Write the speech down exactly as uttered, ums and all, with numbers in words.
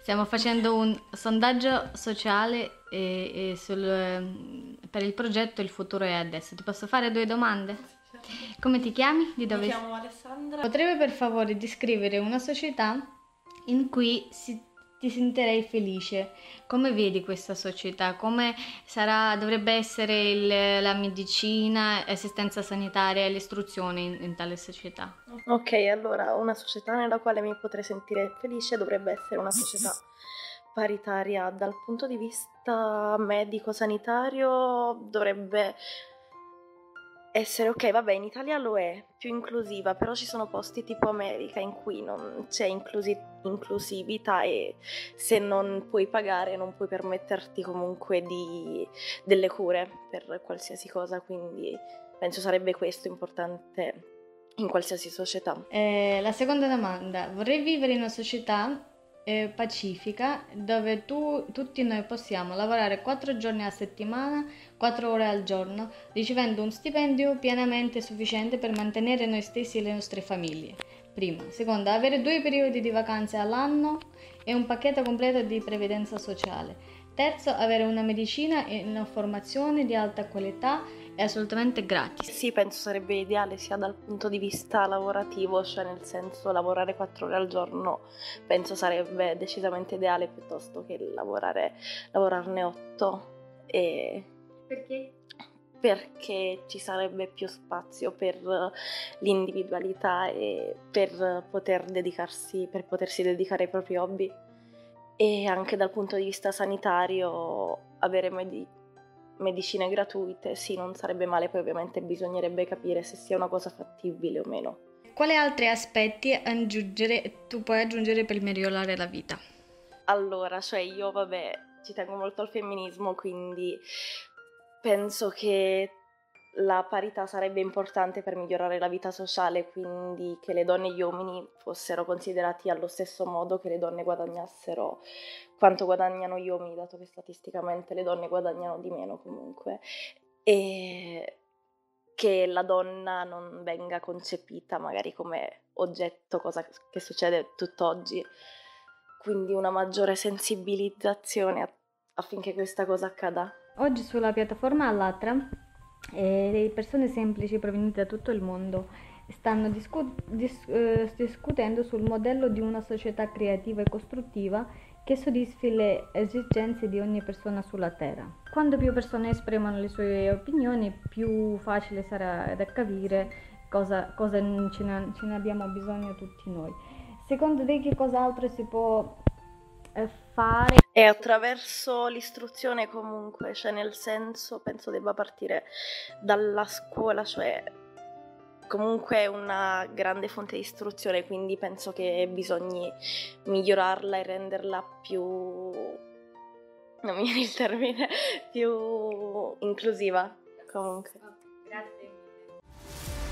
Stiamo facendo un sondaggio sociale e, e sul, per il progetto Il futuro è adesso. Ti posso fare due domande? Come ti chiami? Di dove Mi sei? chiamo Alessandra. Potrebbe per favore descrivere una società in cui si- ti sentirei felice? Come vedi questa società? Come sarà, dovrebbe essere il- la medicina, l'assistenza sanitaria e l'istruzione in, in tale società? Ok, allora una società nella quale mi potrei sentire felice dovrebbe essere una società paritaria dal punto di vista medico-sanitario, dovrebbe essere ok, vabbè, in Italia lo è, più inclusiva, però ci sono posti tipo America in cui non c'è inclusi- inclusività e se non puoi pagare non puoi permetterti comunque di, delle cure per qualsiasi cosa, quindi penso sarebbe questo importante in qualsiasi società. Eh, la seconda domanda, vorrei vivere in una società eh, pacifica dove tu, tutti noi possiamo lavorare quattro giorni a settimana, quattro ore al giorno, ricevendo un stipendio pienamente sufficiente per mantenere noi stessi e le nostre famiglie. Prima. Seconda, avere due periodi di vacanze all'anno e un pacchetto completo di previdenza sociale. Terzo, avere una medicina e una formazione di alta qualità e assolutamente gratis. Sì, penso sarebbe ideale sia dal punto di vista lavorativo, cioè nel senso lavorare quattro ore al giorno, penso sarebbe decisamente ideale piuttosto che lavorare, lavorarne otto. E Perché? perché ci sarebbe più spazio per l'individualità e per poter dedicarsi, per potersi dedicare ai propri hobby. E anche dal punto di vista sanitario avere medi- medicine gratuite, sì, non sarebbe male, poi ovviamente bisognerebbe capire se sia una cosa fattibile o meno. Quali altri aspetti aggiungere, tu puoi aggiungere per migliorare la vita? Allora, cioè io, vabbè, ci tengo molto al femminismo, quindi penso che la parità sarebbe importante per migliorare la vita sociale, quindi che le donne e gli uomini fossero considerati allo stesso modo, che le donne guadagnassero quanto guadagnano gli uomini, dato che statisticamente le donne guadagnano di meno comunque, e che la donna non venga concepita magari come oggetto, cosa che succede tutt'oggi, quindi una maggiore sensibilizzazione affinché questa cosa accada. Oggi sulla piattaforma Allatra eh, le persone semplici provenienti da tutto il mondo stanno discu- dis- eh, discutendo sul modello di una società creativa e costruttiva che soddisfi le esigenze di ogni persona sulla Terra. Quando più persone esprimono le sue opinioni, più facile sarà da capire cosa, cosa ce, ne, ce ne abbiamo bisogno tutti noi. Secondo te che cos'altro si può eh, fare? E attraverso l'istruzione comunque, cioè nel senso penso debba partire dalla scuola, cioè comunque è una grande fonte di istruzione, quindi penso che bisogni migliorarla e renderla più, non mi viene il termine, più inclusiva comunque. Grazie mille.